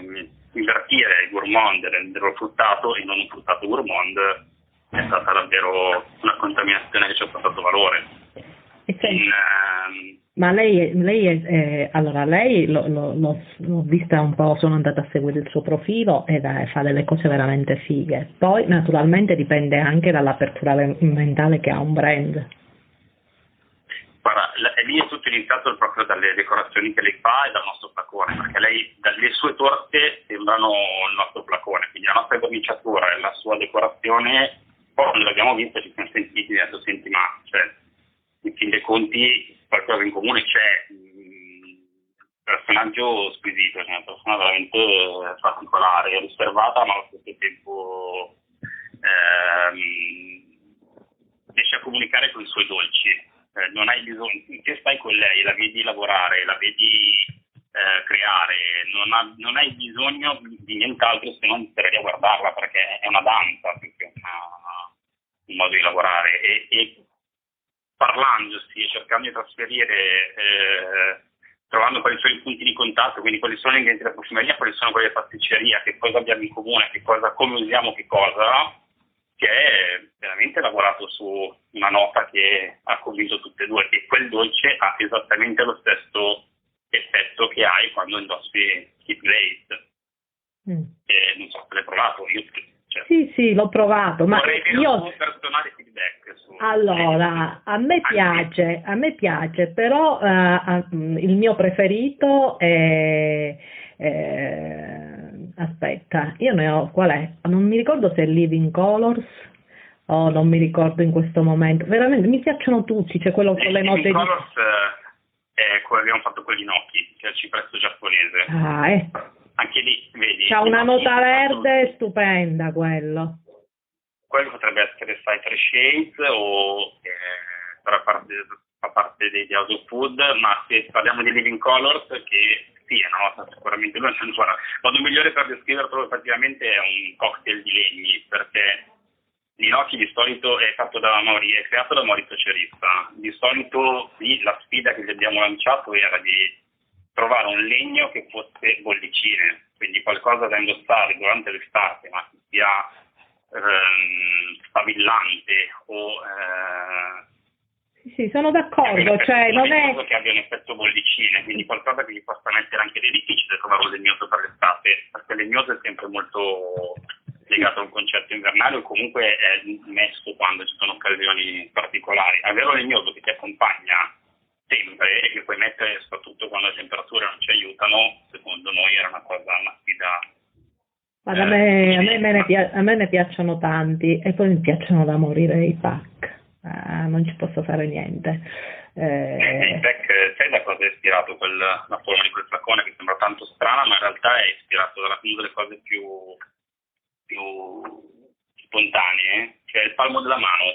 invertire il gourmand e renderlo fruttato e non un fruttato gourmand è stata davvero una contaminazione che ci ha portato valore. In, ehm... Ma lei, lei è, eh, allora lei l'ho, l'ho, l'ho vista un po', sono andata a seguire il suo profilo e da, fa delle cose veramente fighe. Poi naturalmente dipende anche dall'apertura mentale che ha un brand. Guarda, lì è tutto iniziato proprio dalle decorazioni che lei fa e dal nostro flacone, perché lei, dalle sue torte sembrano il nostro flacone, quindi la nostra verniciatura e la sua decorazione, poi quando l'abbiamo vista ci siamo sentiti e adesso senti, ma cioè, in fin dei conti qualcosa in comune c'è, un personaggio squisito, cioè una persona veramente particolare, riservata ma allo stesso tempo ehm, riesce a comunicare con i suoi dolci. Eh, non hai bisogno, se stai con lei, la vedi lavorare, la vedi eh, creare, non, ha, non hai bisogno di nient'altro se non stare lì a guardarla, perché è una danza più che una, un modo di lavorare e, e parlandosi e cercando di trasferire, eh, trovando quali sono i punti di contatto, quindi quali sono gli ingredienti della profumeria, quali sono quelli della pasticceria, che cosa abbiamo in comune, che cosa, come usiamo che cosa, che è veramente lavorato su una nota che ha convinto tutte e due, e quel dolce ha esattamente lo stesso effetto che hai quando indossi Keep Late. Mm. E non so se l'hai provato, io cioè, sì sì l'ho provato, ma io un personale feedback su allora a me piace a me piace però uh, il mio preferito è eh, aspetta, io ne ho, qual è? Non mi ricordo se è Living Colors o non mi ricordo in questo momento, veramente mi piacciono tutti, c'è quello con le note Living Colors di... è quello abbiamo fatto con gli gnocchi, che è il cipresso giapponese. Ah, ecco. Anche lì, vedi, c'ha una nota verde fatto... stupenda quello. Quello potrebbe essere Citrus Shades o eh, fa parte, fa parte dei di House of Food, ma se parliamo di Living Colors, che sì, è una nota sicuramente lui, ancora. Il modo migliore per descriverlo effettivamente è un cocktail di legni, perché gli gnocchi di solito è fatto da Mauri, è creato da Maurizio Cerissa. Di solito lì la sfida che gli abbiamo lanciato era di trovare un legno che fosse bollicine, quindi qualcosa da indossare durante l'estate, ma che sia ehm, sfavillante o eh, sì, sì, sono d'accordo, cioè non è che abbia un effetto bollicine, quindi qualcosa che gli possa mettere anche è difficile trovare un legnoso per l'estate, perché il legnoso è sempre molto legato a un concetto invernale o comunque è messo quando ci sono occasioni particolari. Avere un legnoso che ti accompagna sempre e che puoi mettere soprattutto quando le temperature non ci aiutano, secondo noi era una cosa, una sfida. Ma a, me, a, me me ne pia- a me ne piacciono tanti e poi mi piacciono da morire i pack, ah, non ci posso fare niente. Eh... Il pack, sai da cosa è ispirato quel, la forma di quel flacone che sembra tanto strana, ma in realtà è ispirato dalla una delle cose più, più spontanee, cioè il palmo della mano.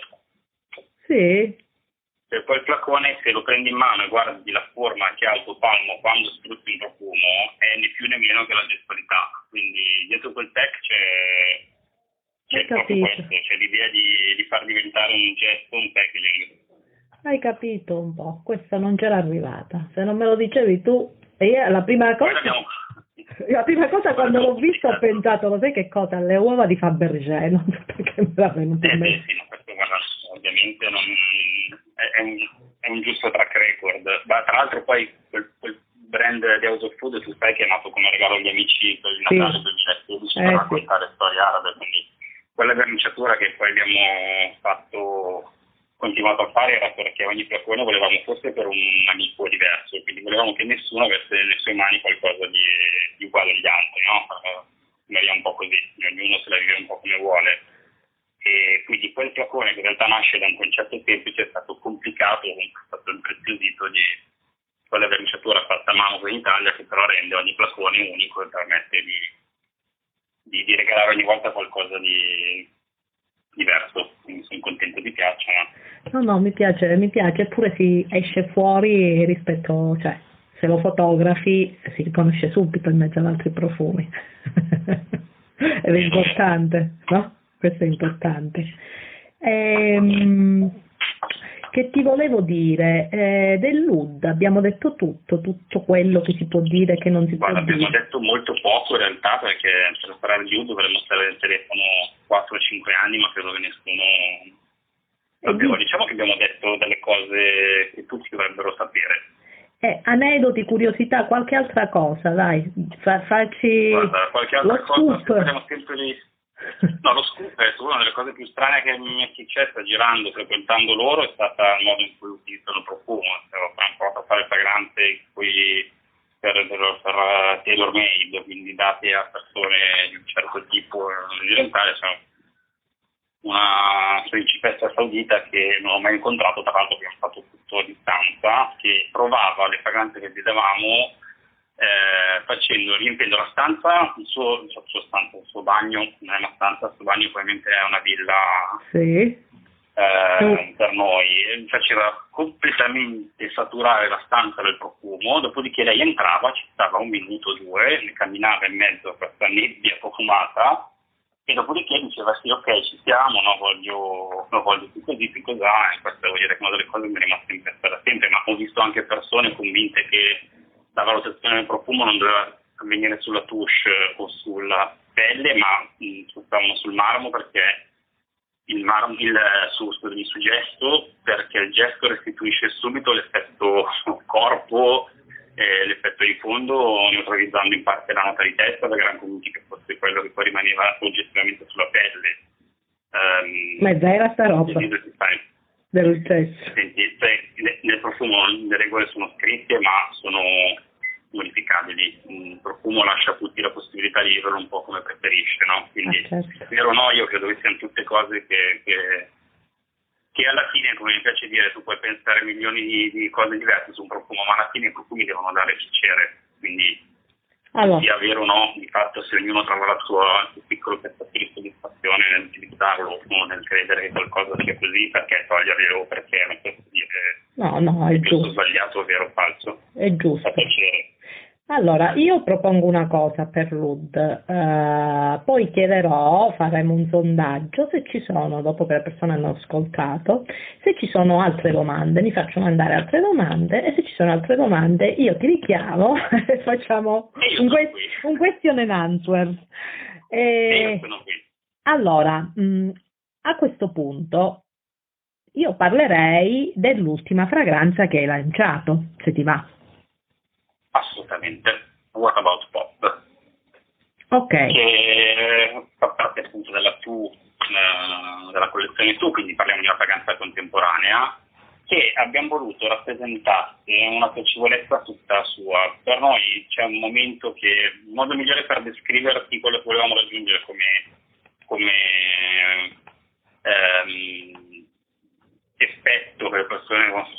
Sì. Se poi il flacone, se lo prendi in mano e guardi la forma che ha il tuo palmo quando spruzzi un profumo, è né più né meno che la gestualità. Quindi dietro quel tech c'è, c'è proprio questo, c'è l'idea di, di far diventare un gesto un packaging. Hai capito un po', questa non c'era arrivata. Se non me lo dicevi tu, e io la prima cosa, la prima cosa quando l'ho visto ho pensato, lo sai che cosa? Le uova di Fabergé, non so perché me l'ha venuto in mente. Eh, sì, no, questo guarda, ovviamente non... È un, è un giusto track record, ma tra l'altro poi quel, quel brand di House of Food tu sai che è nato come regalo agli amici per il Natale sì. duemilasedici eh, per raccontare sì. storie arabe, quindi quella verniciatura che poi abbiamo fatto, continuato a fare era perché ogni flacone volevamo fosse per un amico diverso, quindi volevamo che nessuno avesse nelle sue mani qualcosa di, di uguale agli altri, no? Come un po' così, ognuno se la vive un po' come vuole. E quindi quel flacone che in realtà nasce da un concetto semplice è stato complicato, è stato impreziosito di quella verniciatura fatta a mano in Italia che però rende ogni flacone unico e permette di, di, di regalare ogni volta qualcosa di diverso, quindi sono contento, ti piacciono? No, no, mi piace, mi piace, eppure si esce fuori rispetto, cioè se lo fotografi si riconosce subito in mezzo ad altri profumi ed è importante, no? Questo è importante. Ehm, che ti volevo dire? Eh, dell'U D abbiamo detto tutto, tutto quello che si può dire e che non si Guarda, può dire. abbiamo detto molto poco in realtà, perché per parlare di U D dovremmo stare al telefono quattro cinque anni, ma credo che nessuno... Abbiamo, diciamo che abbiamo detto delle cose che tutti dovrebbero sapere. Eh, aneddoti, curiosità, qualche altra cosa, dai, fa, facci Guarda, qualche altra lo cosa, scoop. siamo sempre lì. No, lo scoop è una delle cose più strane che mi è successa girando, frequentando loro, è stata il modo in cui utilizzano il profumo. Ho provato a fare fragranze in cui per, per, per tailor made, quindi date a persone di un certo tipo, in diventare cioè, una principessa saudita che non ho mai incontrato, tra l'altro abbiamo fatto tutto a distanza, che provava le fragranze che gli davamo eh, facendo, riempiendo la stanza, il suo, il suo stanza, il suo bagno, non è una stanza, il suo bagno probabilmente è una villa sì. eh, sì. per noi, faceva completamente saturare la stanza del profumo, dopodiché lei entrava, ci stava un minuto o due, ne camminava in mezzo a questa nebbia profumata, e dopodiché diceva sì, ok, ci siamo, no, voglio, no, voglio più così, più così, e questa devo dire che una delle cose mi è rimasta impressa da sempre, ma ho visto anche persone convinte che la valutazione del profumo non doveva avvenire sulla touche o sulla pelle, ma mh, stavano sul marmo, perché il marmo, il, su, scusami, su gesto, perché il gesto restituisce subito l'effetto corpo, eh, l'effetto di fondo, neutralizzando in parte la nota di testa, perché erano convinti che fosse quello che poi rimaneva oggettivamente sulla pelle. Um, Ma è vera sta roba del gesto? Senti, cioè, nel profumo le regole sono scritte, ma sono modificabili. Il profumo lascia a tutti la possibilità di viverlo un po' come preferisce, no? Quindi, ah, certo. vero o no, io credo che siano tutte cose che, che, che alla fine, come mi piace dire, tu puoi pensare milioni di, di cose diverse su un profumo, ma alla fine i profumi devono dare piacere. Quindi, allora, sia vero o no, di fatto se ognuno trova la sua il piccolo pezzetto di soddisfazione nell'utilizzarlo o nel credere che qualcosa sia così, perché toglierli o perché non posso dire no, no, è, è giusto, sbagliato, vero o falso. È giusto. Fa piacere. Allora, io propongo una cosa per l'U D, uh, poi chiederò, faremo un sondaggio se ci sono, dopo che le persone hanno ascoltato, se ci sono altre domande, mi faccio mandare altre domande e se ci sono altre domande io ti richiamo e facciamo un, que- un question and answer. E, e io sono qui. Allora, mh, a questo punto io parlerei dell'ultima fragranza che hai lanciato, se ti va. Assolutamente. What About Pop? Ok. Che fa parte appunto della tu, eh, della collezione tu, quindi parliamo di una fragranza contemporanea, che abbiamo voluto rappresentasse una piacevolezza tutta sua. Per noi c'è un momento che, il modo migliore per descriverti quello che volevamo raggiungere come, come ehm, effetto che le persone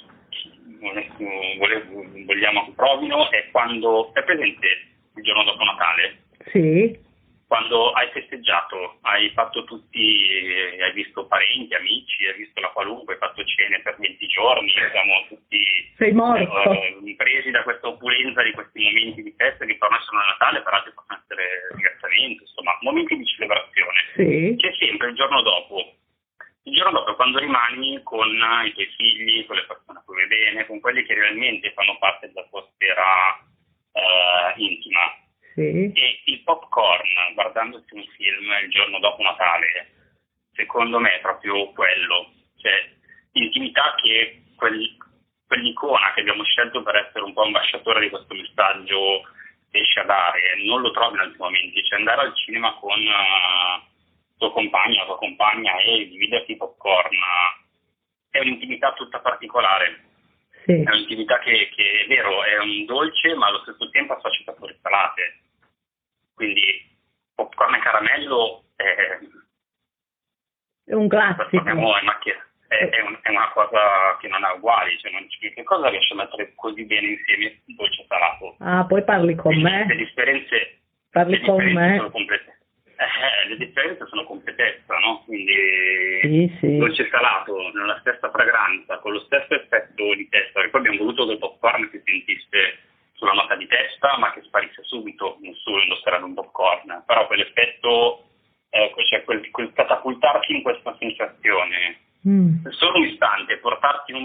vogliamo che provino è quando è presente il giorno dopo Natale. Sì. Quando hai festeggiato, hai fatto tutti, hai visto parenti, amici, hai visto la qualunque, hai fatto cene per venti giorni, siamo tutti Sei morto. eh, presi da questa opulenza di questi momenti di festa che per noi sono Natale, per altri possono essere ringraziamento, insomma, momenti di celebrazione. Sì. C'è sempre il giorno dopo. Il giorno dopo, quando rimani con i tuoi figli, con le persone a cui vai bene, con quelli che realmente fanno parte della tua sfera eh, intima. Sì. E il popcorn, guardandosi un film il giorno dopo Natale, secondo me è proprio quello. Cioè, l'intimità che quel, quell'icona che abbiamo scelto per essere un po' ambasciatore di questo messaggio riesce a dare, non lo trovi in altri momenti. Cioè, andare al cinema con... Uh, tuo compagno, la tua compagna e dividerti i popcorn è un'intimità tutta particolare. Sì. È un'intimità che, che è vero, è un dolce, ma allo stesso tempo ha sfaccettature salate. Quindi popcorn e caramello è, è un classico. È, è, è, un, è una cosa che non ha uguali. Cioè non, che cosa riesce a mettere così bene insieme dolce e salato? Ah, poi parli con le, me? Le differenze, parli le con differenze me? sono complete. Eh, le differenze sono completezza, no? Quindi sì, sì. dolce e salato nella stessa fragranza, con lo stesso effetto di testa, perché poi abbiamo voluto che il popcorn si sentisse sulla nota di testa, ma che sparisse subito, non solo indossare un popcorn, però quell'effetto, eh, cioè quel, quel catapultarti in questa sensazione, mm. solo un istante, portarti in un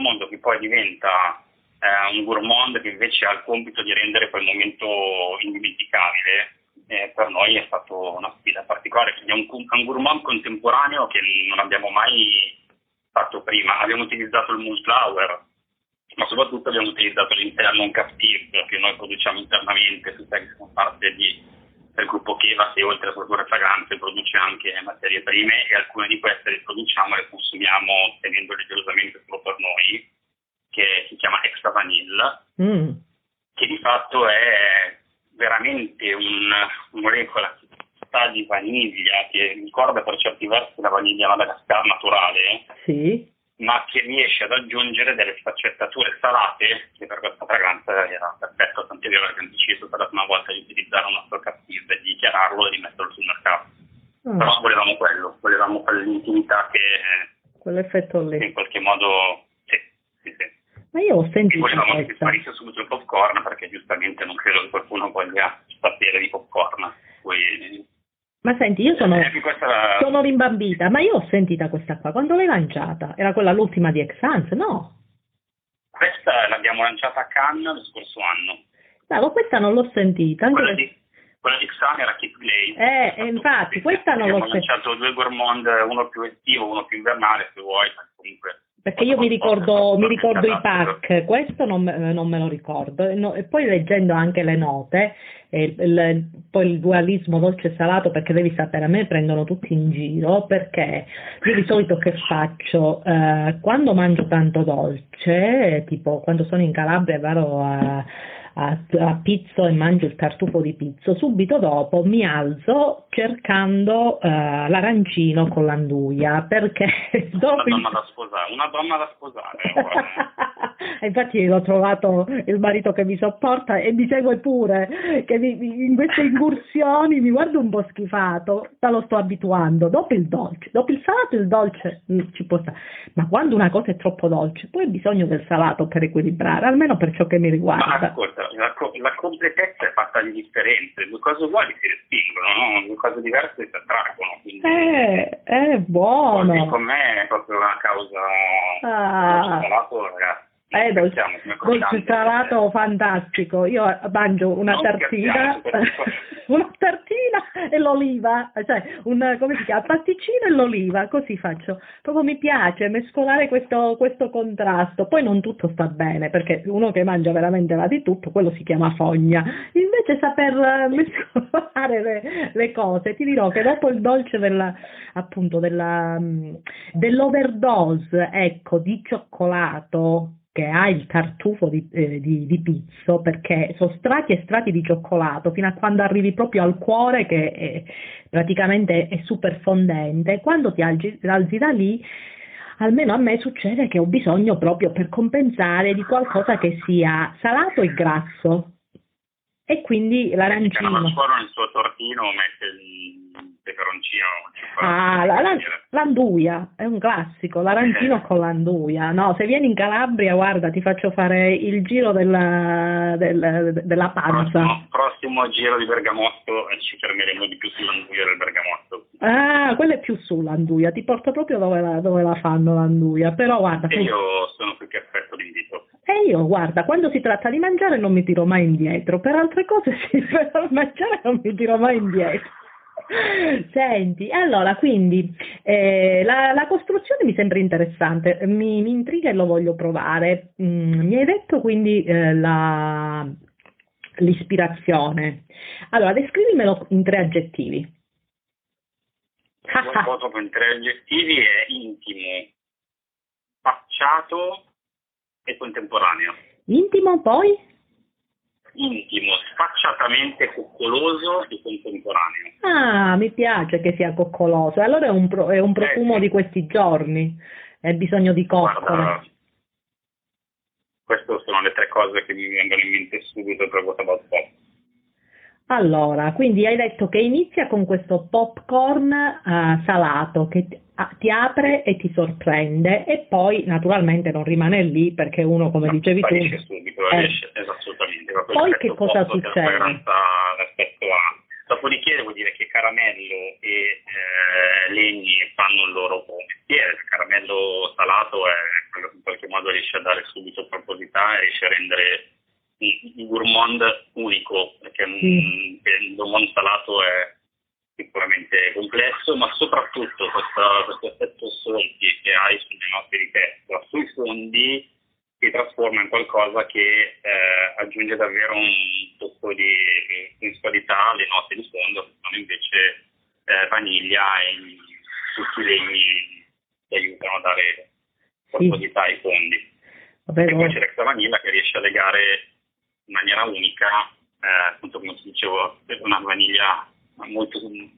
poi diventa eh, un gourmand che invece ha il compito di rendere quel momento indimenticabile, eh, per noi è stata una sfida particolare. Quindi è un, un gourmand contemporaneo che non abbiamo mai fatto prima. Abbiamo utilizzato il moonflower, ma soprattutto abbiamo utilizzato l'interno un captive che noi produciamo internamente, tutte che sono parte di, del gruppo Cheva, che oltre a produrre fragranze produce anche materie prime, e alcune di queste le produciamo e le consumiamo tenendole gelosamente solo per noi, che si chiama Extra Vanilla, mm. che di fatto è veramente un, una molecola di vaniglia che ricorda per certi versi la vaniglia Madagascar naturale, sì, ma che riesce ad aggiungere delle sfaccettature salate che per questa fragranza era perfetto, tant'è vero che ho deciso per la prima volta di utilizzare un nostro captive, di dichiararlo e di metterlo sul mercato. Mm. Però volevamo quello, volevamo quell'intimità che, quell'effetto lì, che in qualche modo sì, sì, sì. Ma io ho sentito, e volevamo che sparisse subito il popcorn, perché giustamente non credo che qualcuno voglia sapere di popcorn. Poi, ma senti, io sono, eh, questa... sono rimbambita, ma io ho sentita questa qua, quando l'hai lanciata? Era quella l'ultima di Exance, no? Questa l'abbiamo lanciata a Cannes lo scorso anno. No, questa non l'ho sentita. Anche quella, di, quella di Exane era Keep Glaze. Eh, e infatti, questa non l'ho sentita. Abbiamo lanciato due gourmand, uno più estivo, uno più invernale, se vuoi, comunque... Perché io mi ricordo, mi ricordo i pack, questo non, non me lo ricordo, e, no, e poi leggendo anche le note, e il, poi il dualismo dolce e salato, perché devi sapere, a me prendono tutti in giro, perché io di solito che faccio? Eh, quando mangio tanto dolce, tipo quando sono in Calabria e vado a... A, a Pizzo e mangio il tartufo di Pizzo, subito dopo mi alzo cercando uh, l'arancino con l'anduia, perché dopo una donna da sposare, una donna da sposare. Infatti l'ho trovato il marito che mi sopporta e mi segue pure, che mi, in queste incursioni mi guarda un po' schifato, ma lo sto abituando. Dopo il dolce, dopo il salato il dolce mh, ci può stare, ma quando una cosa è troppo dolce poi ho bisogno del salato per equilibrare, almeno per ciò che mi riguarda. Ma ascolta, La, la completezza è fatta di differenze, due cose uguali si respingono, no? Due cose diverse si attraggono. Quindi eh, è buono. Così con me è proprio una causa ah. salato, ragazzi. Eh, dolce, dolce salato fantastico. Io mangio una non tartina, una tartina e l'oliva, cioè un, come si chiama, pasticcino e l'oliva, così faccio. Proprio mi piace mescolare questo, questo contrasto. Poi non tutto sta bene, perché uno che mangia veramente va di tutto, quello si chiama fogna. Invece saper mescolare le, le cose, ti dirò che dopo il dolce della, appunto della, dell'overdose, ecco, di cioccolato, che ha il tartufo di, eh, di, di Pizzo, perché sono strati e strati di cioccolato fino a quando arrivi proprio al cuore, che è, praticamente è super fondente. Quando ti alzi, alzi da lì, almeno a me succede che ho bisogno, proprio per compensare, di qualcosa che sia salato e grasso, e quindi l'arancino. Ma nel suo tortino mette il peperoncino. Ah, la, la, l'anduia, è un classico, l'arancino con l'anduia. No, se vieni in Calabria, guarda, ti faccio fare il giro della, del, della panza. Prossimo, prossimo giro di Bergamotto e ci fermeremo di più sull'anduia del Bergamotto. Ah, quella è più sull'anduia, ti porto proprio dove la, dove la fanno l'anduia, però guarda... E io sono qui che aspetto l'invito. E io, guarda, quando si tratta di mangiare non mi tiro mai indietro, per altre cose sì, per mangiare non mi tiro mai indietro. Senti, allora, quindi eh, la, la costruzione mi sembra interessante, mi, mi intriga e lo voglio provare. Mm, mi hai detto quindi eh, la, l'ispirazione. Allora, descrivimelo in tre aggettivi. Un po' in tre aggettivi è intimo, facciato e contemporaneo. Intimo, poi? Intimo, sfacciatamente coccoloso e contemporaneo. Ah, mi piace che sia coccoloso. Allora è un, pro, è un profumo eh, di questi giorni. Hai bisogno di coccole. Guarda, queste sono le tre cose che mi vengono in mente subito per What About Pop. Allora, quindi hai detto che inizia con questo popcorn uh, salato che ti, uh, ti apre e ti sorprende, e poi naturalmente non rimane lì, perché uno, come no, dicevi tu... Esce subito, eh, esce, assolutamente. Poi che cosa succede? L'aspetto A. Dopodiché devo dire che Caramello e eh, Legni fanno il loro sì, il caramello salato è quello che in qualche modo riesce a dare subito proposità e riesce a rendere il gourmand unico, perché mm. il gourmand salato è sicuramente complesso, ma soprattutto questo, questo effetto soldi che hai sulle note di testa, sui fondi, si trasforma in qualcosa che eh, aggiunge davvero un tocco di sensualità alle note di fondo, che sono invece eh, vaniglia e tutti i legni che aiutano a dare profondità ai fondi. Vabbè, e poi c'è l'extra vanilla che riesce a legare in maniera unica, eh, appunto come ti dicevo, una vaniglia molto,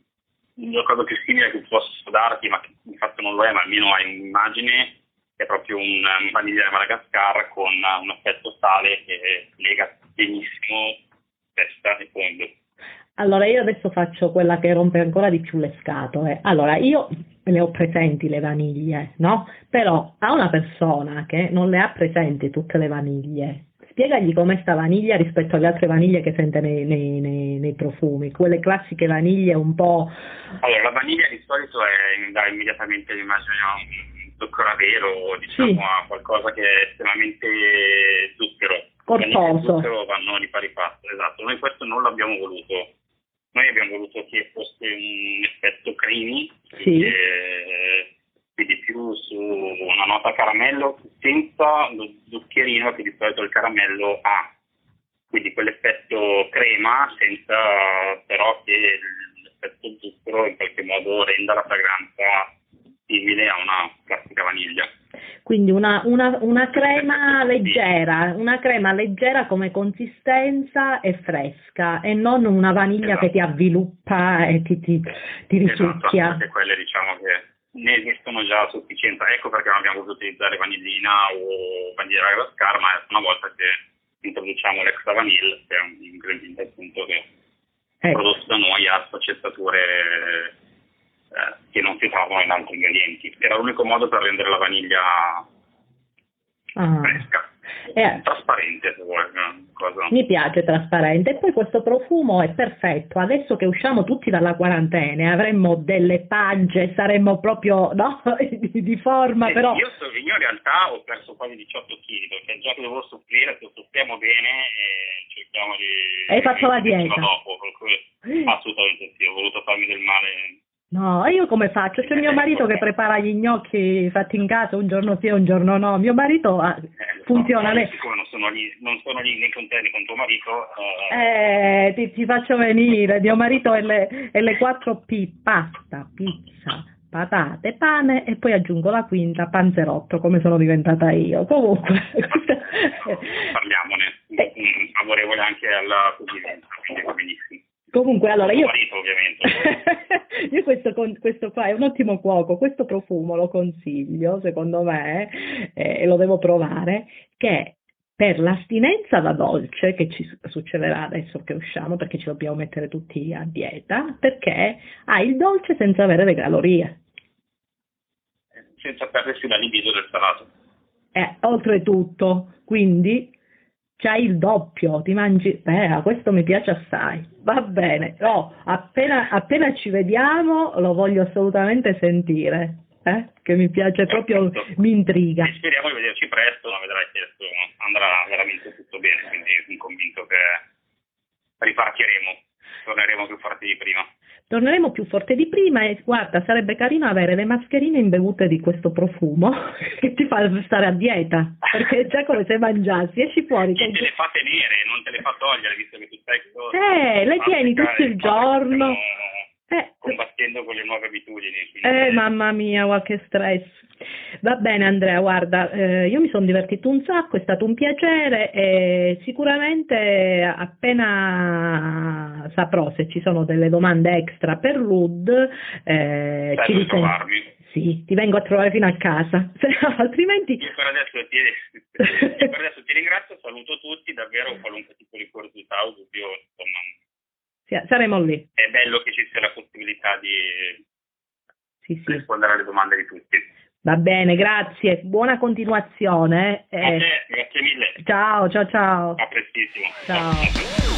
la cosa più simile che posso darti, ma che di fatto non lo è, ma almeno hai un'immagine, è proprio un vaniglia di Madagascar con un effetto sale che lega benissimo testa e fondo. Allora io adesso faccio quella che rompe ancora di più le scatole. Allora io le ho presenti le vaniglie, no? Però a una persona che non le ha presenti tutte le vaniglie, spiegagli com'è sta vaniglia rispetto alle altre vaniglie che sente nei, nei, nei, nei profumi, quelle classiche vaniglie un po'... Allora, la vaniglia di solito è, dà immediatamente l'immagine a un zucchero a velo, diciamo sì. a qualcosa che è estremamente zucchero. Corposo. E zucchero vanno di pari passo, esatto. Noi questo non l'abbiamo voluto. Noi abbiamo voluto che fosse un effetto creamy, sì. eh, quindi più su una nota caramello senza lo zuccherino che di solito il caramello ha. Quindi quell'effetto crema senza però che l'effetto zucchero in qualche modo renda la fragranza simile a una classica vaniglia. Quindi una, una, una crema leggera, una crema leggera come consistenza e fresca, e non una vaniglia esatto. che ti avviluppa e ti, ti, ti risucchia. Esatto, perché quelle diciamo che ne esistono già a sufficienza, ecco perché non abbiamo voluto utilizzare vanillina o vaniglia di Madagascar, ma è una volta che introduciamo l'extra vanille, che è un ingrediente appunto che è ecco. prodotto da noi a sfaccettature che non si trovano in altri ingredienti. Era l'unico modo per rendere la vaniglia ah. fresca, eh. trasparente se vuoi. Cosa. Mi piace trasparente. E poi questo profumo è perfetto. Adesso che usciamo tutti dalla quarantena avremmo delle pance, saremmo proprio no? di, di forma. Eh, però io, so, io in realtà ho perso quasi diciotto chili, perché già che devo soffrire, se soffriamo bene e cerchiamo di... Hai fatto la dieta? Dopo, per cui assolutamente sì, ho voluto farmi del male. No, io come faccio? C'è mio marito che prepara gli gnocchi fatti in casa un giorno sì e un giorno no. Mio marito ah, eh, funziona. No, siccome non sono lì, non sono lì né con te né con tuo marito. Eh, eh ti, ti faccio venire. Mio marito è le, è le quattro P: pasta, pizza, patate, pane, e poi aggiungo la quinta, panzerotto, come sono diventata io. Comunque. Parliamone. Eh. Favorevole anche alla convivenza, quindi va benissimo. Comunque, allora io, marito, ovviamente. io questo, questo qua è un ottimo cuoco, questo profumo lo consiglio, secondo me, eh, e lo devo provare, che per l'astinenza da dolce, che ci succederà adesso che usciamo, perché ci dobbiamo mettere tutti a dieta, perché ha il dolce senza avere le calorie. Senza perdersi la libido del salato. Eh, oltretutto, quindi... c'hai il doppio, ti mangi, beh, questo mi piace assai, va bene, oh, appena, appena ci vediamo lo voglio assolutamente sentire, eh? Che mi piace proprio, certo. Mi intriga. E speriamo di vederci presto, ma vedrai che andrà veramente tutto bene, quindi sono convinto che ripartiremo, torneremo più forti di prima. Torneremo più forte di prima e guarda, sarebbe carino avere le mascherine imbevute di questo profumo che ti fa stare a dieta, perché è già come se mangiassi, esci fuori. E te le fa tenere, non te le fa togliere, visto che tu stai... Eh, le tieni tutto il giorno. Eh, combattendo con le nuove abitudini. Eh, mamma mia, qualche stress. Va bene Andrea, guarda, eh, io mi sono divertito un sacco, è stato un piacere e sicuramente appena saprò se ci sono delle domande extra per l'U D, eh, ci risent... Sì, ti vengo a trovare fino a casa, altrimenti... Io per adesso ti, io per adesso ti ringrazio, saluto tutti, davvero qualunque tipo di curiosità o dubbio, insomma... Sì, saremo lì. È bello che ci sia la possibilità di sì, sì. rispondere alle domande di tutti. Va bene, grazie. Buona continuazione. Eh. A te, grazie mille. Ciao, ciao, ciao. A prestissimo. Ciao.